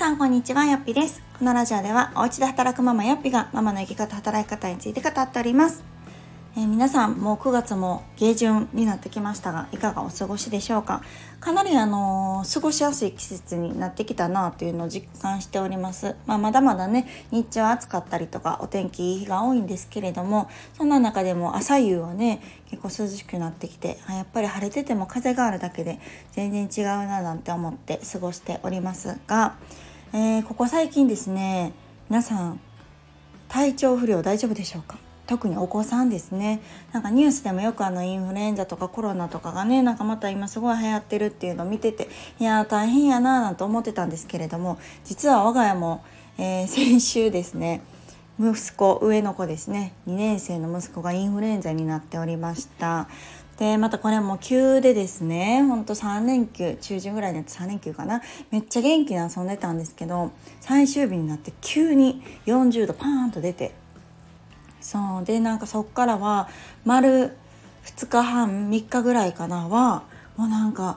さんこんにちは、よっぴです。このラジオではお家で働くママよっぴがママの生き方、働き方について語っております。皆さんもう9月も下旬になってきましたが、いかがお過ごしでしょうか。かなり過ごしやすい季節になってきたなというのを実感しております。まだまだね、日中暑かったりとかお天気いい日が多いんですけれども、そんな中でも朝夕はね結構涼しくなってきて、やっぱり晴れてても風があるだけで全然違うななんて思って過ごしておりますが、ここ最近ですね、皆さん体調不良大丈夫でしょうか。特にお子さんですね。なんかニュースでもよくインフルエンザとかコロナとかがね、なんかまた今すごい流行ってるっていうのを見てて、いや大変やななんて思ってたんですけれども、実は我が家も、先週ですね、上の子ですね、2年生の息子がインフルエンザになっておりました。でまたこれも急でですね、ほんと3連休中旬ぐらいになって3連休かな、めっちゃ元気に遊んでたんですけど、最終日になって急に40度パーンと出て、そうでなんかそっからは丸2日半3日ぐらいかなはもうなんか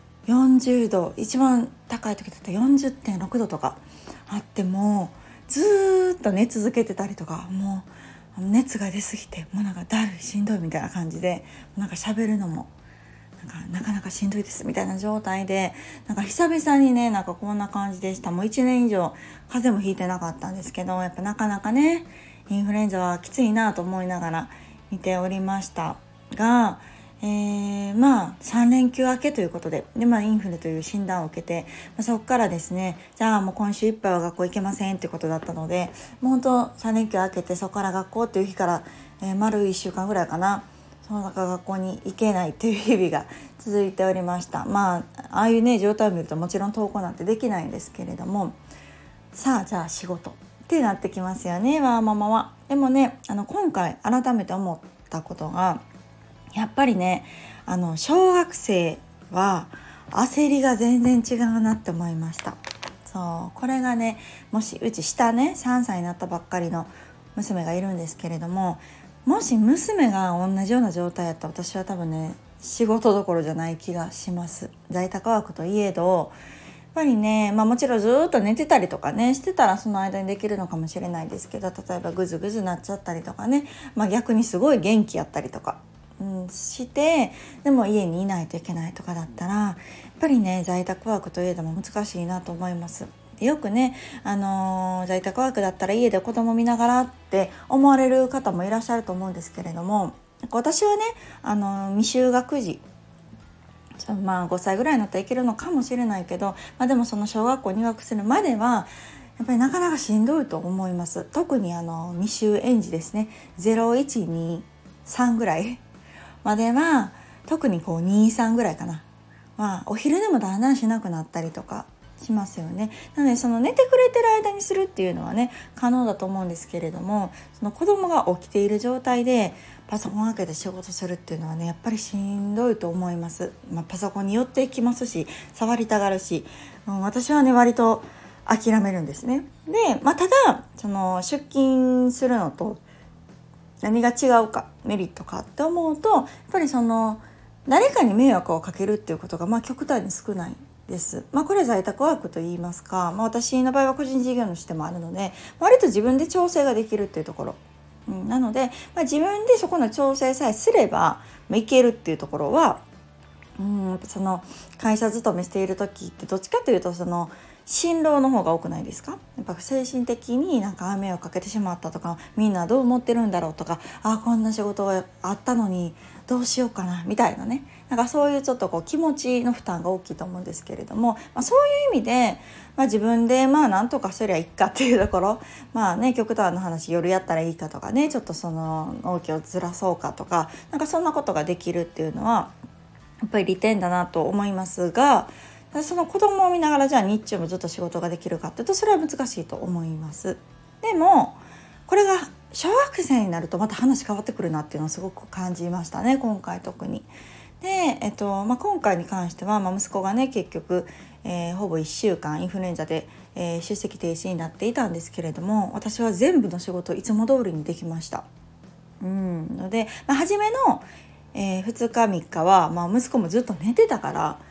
40度、一番高い時だったら 40.6 度とかあって、もうずっと寝続けてたりとか、もう熱が出すぎてもうなんかだるいしんどいみたいな感じで、なんか喋るのもなかなかしんどいですみたいな状態で、なんか久々にね、なんかこんな感じでした。もう1年以上風邪もひいてなかったんですけど、やっぱなかなかねインフルエンザはきついなと思いながら見ておりましたが、3連休明けということで、インフルという診断を受けて、そこからですね、じゃあもう今週いっぱいは学校行けませんってことだったので、もう本当3連休明けてそこから学校っていう日から、丸1週間ぐらいかな、その中学校に行けないという日々が続いておりました。ああいうね状態を見るともちろん登校なんてできないんですけれども、さあじゃあ仕事ってなってきますよね、ワーママは。でもね、今回改めて思ったことが、やっぱりね、小学生は焦りが全然違うなって思いました。そう、これがね、もしうち下ね3歳になったばっかりの娘がいるんですけれども、もし娘が同じような状態やったら、私は多分ね仕事どころじゃない気がします。在宅ワークといえどやっぱりね、もちろんずっと寝てたりとかねしてたらその間にできるのかもしれないですけど、例えばグズグズなっちゃったりとかね、逆にすごい元気やったりとか、して、でも家にいないといけないとかだったら、やっぱりね在宅ワークといえども難しいなと思います。でよくね、在宅ワークだったら家で子供見ながらって思われる方もいらっしゃると思うんですけれども、私はね未就学児、5歳ぐらいになったらいけるのかもしれないけど、でもその小学校入学するまではやっぱりなかなかしんどいと思います。特に未就園児ですね、0、1、2、3ぐらいまでは、特に2、3ぐらいかな、お昼でもだんだんしなくなったりとかしますよね。なのでその寝てくれてる間にするっていうのはね可能だと思うんですけれども、その子供が起きている状態でパソコン開けて仕事するっていうのはねやっぱりしんどいと思います。パソコンに寄ってきますし、触りたがるし、私はね割と諦めるんですね。で、ただその出勤するのと何が違うか、メリットかって思うと、やっぱりその誰かに迷惑をかけるっていうことが極端に少ないです。これは在宅ワークといいますか、私の場合は個人事業主でもあるので割と自分で調整ができるっていうところ、なので、自分でそこの調整さえすれば、いけるっていうところは、その会社勤めしている時ってどっちかというとその辛労の方が多くないですか。やっぱ精神的に迷惑をかけてしまったとか、みんなどう思ってるんだろうとか、こんな仕事があったのにどうしようかなみたいなね、そういうちょっと気持ちの負担が大きいと思うんですけれども、そういう意味で、自分でなんとかすりゃいいかっていうところ、極端な話、夜やったらいいかとかね、ちょっとその納期をずらそうかとか、そんなことができるっていうのはやっぱり利点だなと思いますが、その子供を見ながらじゃあ日中もずっと仕事ができるかっていうと、それは難しいと思います。でもこれが小学生になるとまた話変わってくるなっていうのをすごく感じましたね、今回特に。で、今回に関しては、息子がね結局、ほぼ1週間インフルエンザで、出席停止になっていたんですけれども、私は全部の仕事いつも通りにできました。ので、初めの、2日3日は、息子もずっと寝てたから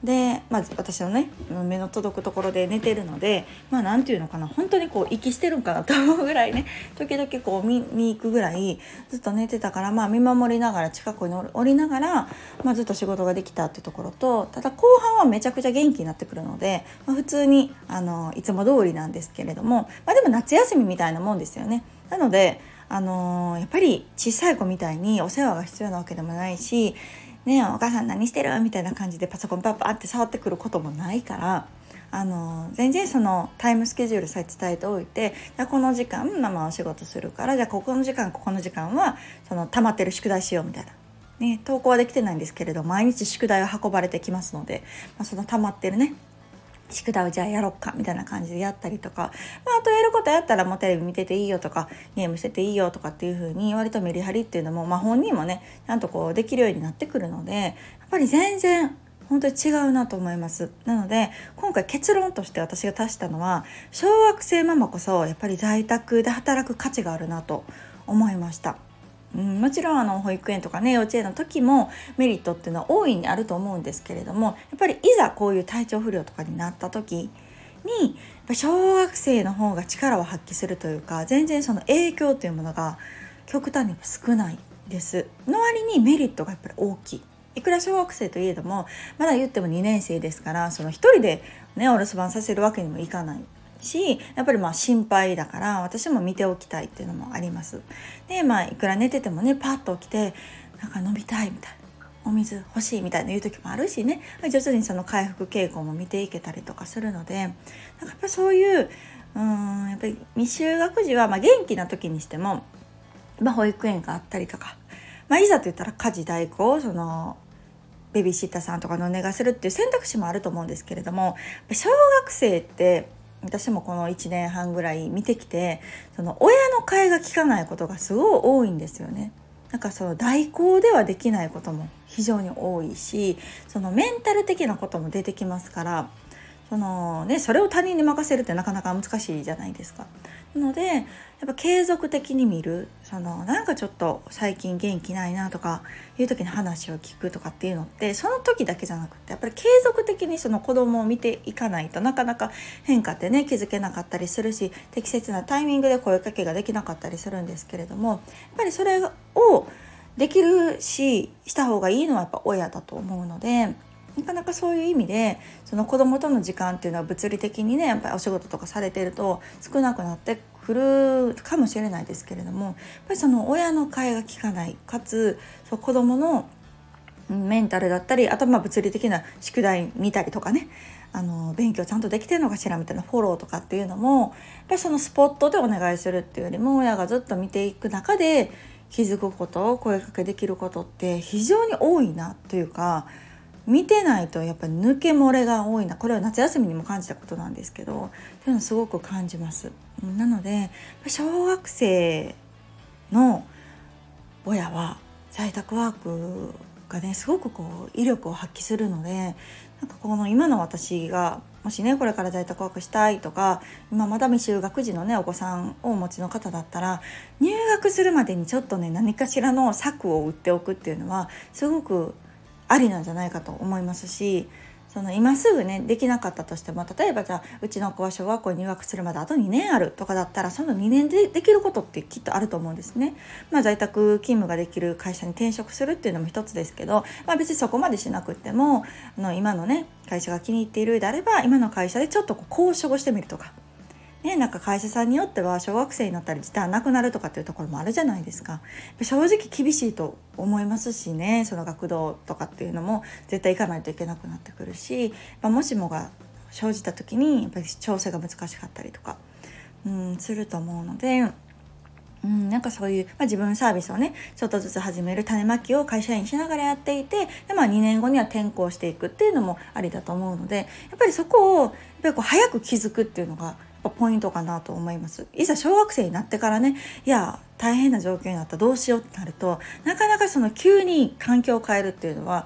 で、私のね目の届くところで寝てるので、なんていうのかな、本当にこう息してるんかなと思うぐらいね、時々こう見に行くぐらいずっと寝てたから、見守りながら近くにおりながら、ずっと仕事ができたっていうところと、ただ後半はめちゃくちゃ元気になってくるので、普通にいつも通りなんですけれども、でも夏休みみたいなもんですよね。なのでやっぱり小さい子みたいにお世話が必要なわけでもないし、ね、お母さん何してるみたいな感じでパソコンパッパって触ってくることもないから、全然そのタイムスケジュールさえ伝えておいて、じゃあこの時間ママお仕事するから、じゃあここの時間はその溜まってる宿題しようみたいな、ね、投稿はできてないんですけれど毎日宿題を運ばれてきますので、その溜まってるね宿題をじゃあやろっかみたいな感じでやったりとか、あとやることやったらもうテレビ見てていいよとかゲームしてていいよとかっていう風に割とメリハリっていうのも、本人もねちゃんとこうできるようになってくるので、やっぱり全然本当に違うなと思います。なので今回結論として私が足したのは、小学生ママこそやっぱり在宅で働く価値があるなと思いました。もちろん保育園とかね幼稚園の時もメリットっていうのは大いにあると思うんですけれども、やっぱりいざこういう体調不良とかになった時にやっぱ小学生の方が力を発揮するというか、全然その影響というものが極端に少ないですの割にメリットがやっぱり大きい。いくら小学生といえどもまだ言っても2年生ですから、その一人でねお留守番させるわけにもいかないし、やっぱり心配だから私も見ておきたいっていうのもあります。でいくら寝ててもねパッと起きてなんか飲みたいみたいな、お水欲しいみたいな言う時もあるしね、徐々にその回復傾向も見ていけたりとかするので、やっぱそういうやっぱり未就学児は元気な時にしても、保育園があったりとか、いざと言ったら家事代行、そのベビーシッターさんとかのお願いするっていう選択肢もあると思うんですけれども、小学生って私もこの1年半ぐらい見てきて、その親の替えが利かないことがすごい多いんですよね。なんかその代行ではできないことも非常に多いし、そのメンタル的なことも出てきますから、それを他人に任せるってなかなか難しいじゃないですか。なのでやっぱ継続的に見る、なんかちょっと最近元気ないなとかいう時に話を聞くとかっていうのって、その時だけじゃなくてやっぱり継続的にその子供を見ていかないとなかなか変化ってね気づけなかったりするし、適切なタイミングで声かけができなかったりするんですけれども、やっぱりそれをできるしした方がいいのはやっぱ親だと思うので、なかなかそういう意味でその子供との時間っていうのは物理的にねやっぱりお仕事とかされてると少なくなってくるかもしれないですけれども、やっぱりその親の替えが利かない、かつ子供のメンタルだったり、あと物理的な宿題見たりとかね、勉強ちゃんとできてるのかしらみたいなフォローとかっていうのも、やっぱりそのスポットでお願いするっていうよりも、親がずっと見ていく中で気づくこと、声かけできることって非常に多いなというか、見てないとやっぱり抜け漏れが多いな、これは夏休みにも感じたことなんですけど、そういうのすごく感じます。なので小学生の親は在宅ワークがねすごく威力を発揮するので、なんかこの今の私がもしねこれから在宅ワークしたいとか、今まだ未就学児のねお子さんをお持ちの方だったら、入学するまでにちょっとね何かしらの策を打っておくっていうのはすごくありなんじゃないかと思いますし、今すぐねできなかったとしても、例えばじゃあうちの子は小学校に入学するまであと2年あるとかだったら、その2年でできることってきっとあると思うんですね。在宅勤務ができる会社に転職するっていうのも一つですけど、別にそこまでしなくっても今のね会社が気に入っているであれば、今の会社でちょっと交渉してみるとかなんか会社さんによっては小学生になったり時短なくなるとかっていうところもあるじゃないですか。正直厳しいと思いますしね、その学童とかっていうのも絶対行かないといけなくなってくるし、もしもが生じた時にやっぱり調整が難しかったりとかすると思うので、なんかそういう、自分サービスをねちょっとずつ始める種まきを会社員しながらやっていて、で、2年後には転校していくっていうのもありだと思うので、やっぱりそこを早く気づくっていうのがポイントかなと思います。いざ小学生になってからね、大変な状況になったらどうしようってなると、なかなかその急に環境を変えるっていうのは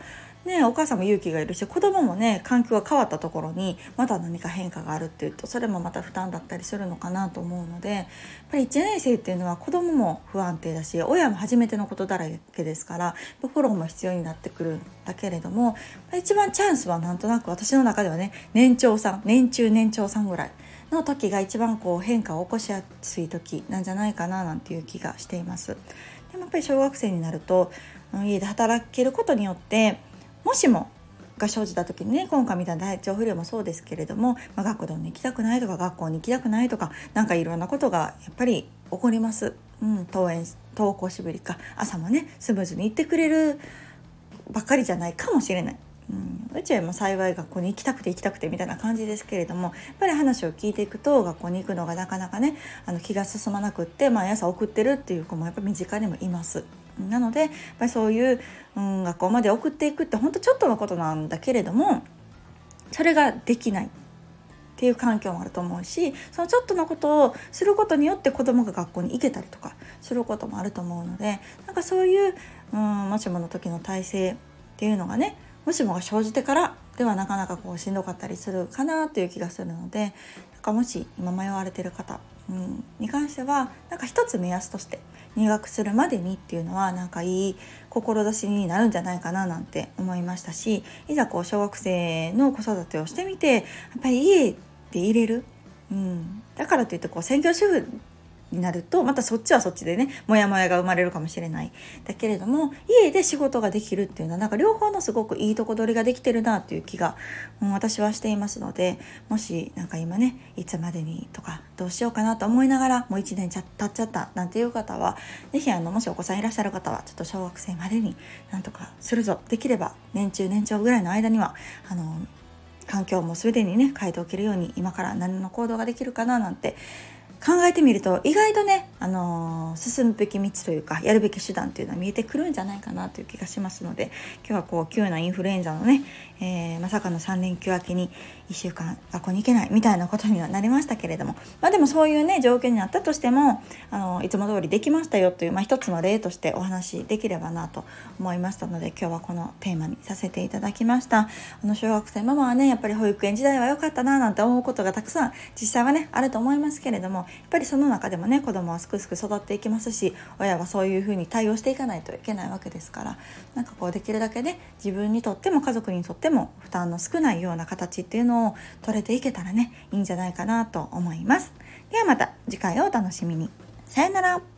ね、お母さんも勇気がいるし、子供もね環境が変わったところにまた何か変化があるっていうと、それもまた負担だったりするのかなと思うので、やっぱり1年生っていうのは子供も不安定だし、親も初めてのことだらけですから、フォローも必要になってくるんだけれども、一番チャンスはなんとなく私の中ではね、年中年長さんぐらいの時が一番変化を起こしやすい時なんじゃないかななんていう気がしています。でもやっぱり小学生になると家で働けることによって、もしもが生じた時にね、今回みたいな体調不良もそうですけれども、学童に行きたくないとか学校に行きたくないとか、なんかいろんなことがやっぱり起こります。登校しぶりか朝もねスムーズに行ってくれるばっかりじゃないかもしれない。うちはもう幸い学校に行きたくてみたいな感じですけれども、やっぱり話を聞いていくと学校に行くのがなかなかね気が進まなくって、毎朝送ってるっていう子もやっぱり身近にもいます。なのでやっぱりそういう、学校まで送っていくって本当ちょっとのことなんだけれども、それができないっていう環境もあると思うし、そのちょっとのことをすることによって子供が学校に行けたりとかすることもあると思うので、なんかそういう、もしもの時の体制っていうのがね、もしもが生じてからではなかなかしんどかったりするかなという気がするので、なんかもし今迷われてる方、に関してはなんか一つ目安として入学するまでにっていうのはなんかいい志になるんじゃないかななんて思いましたし、いざ小学生の子育てをしてみてやっぱり家で入れる、だからといって専業主婦になるとまたそっちはそっちでねモヤモヤが生まれるかもしれない。だけれども家で仕事ができるっていうのはなんか両方のすごくいいとこ取りができてるなっていう気が、私はしていますので、もしなんか今ねいつまでにとかどうしようかなと思いながらもう1年経っちゃったなんていう方はぜひもしお子さんいらっしゃる方はちょっと小学生までになんとかするぞ、できれば年中年長ぐらいの間には環境もすでにね変えておけるように今から何の行動ができるかななんて考えてみると意外とね、進むべき道というかやるべき手段というのは見えてくるんじゃないかなという気がしますので、今日は急なインフルエンザのね、まさかの3連休明けに1週間学校に行けないみたいなことにはなりましたけれども、でもそういうね条件になったとしてもいつも通りできましたよという、一つの例としてお話できればなと思いましたので、今日はこのテーマにさせていただきました。小学生ママはねやっぱり保育園時代は良かったななんて思うことがたくさん実際はねあると思いますけれども、やっぱりその中でもね子供はすくすく育っていきますし、親はそういうふうに対応していかないといけないわけですから、なんかできるだけね自分にとっても家族にとっても負担の少ないような形っていうのを取れていけたらねいいんじゃないかなと思います。ではまた次回をお楽しみに。さよなら。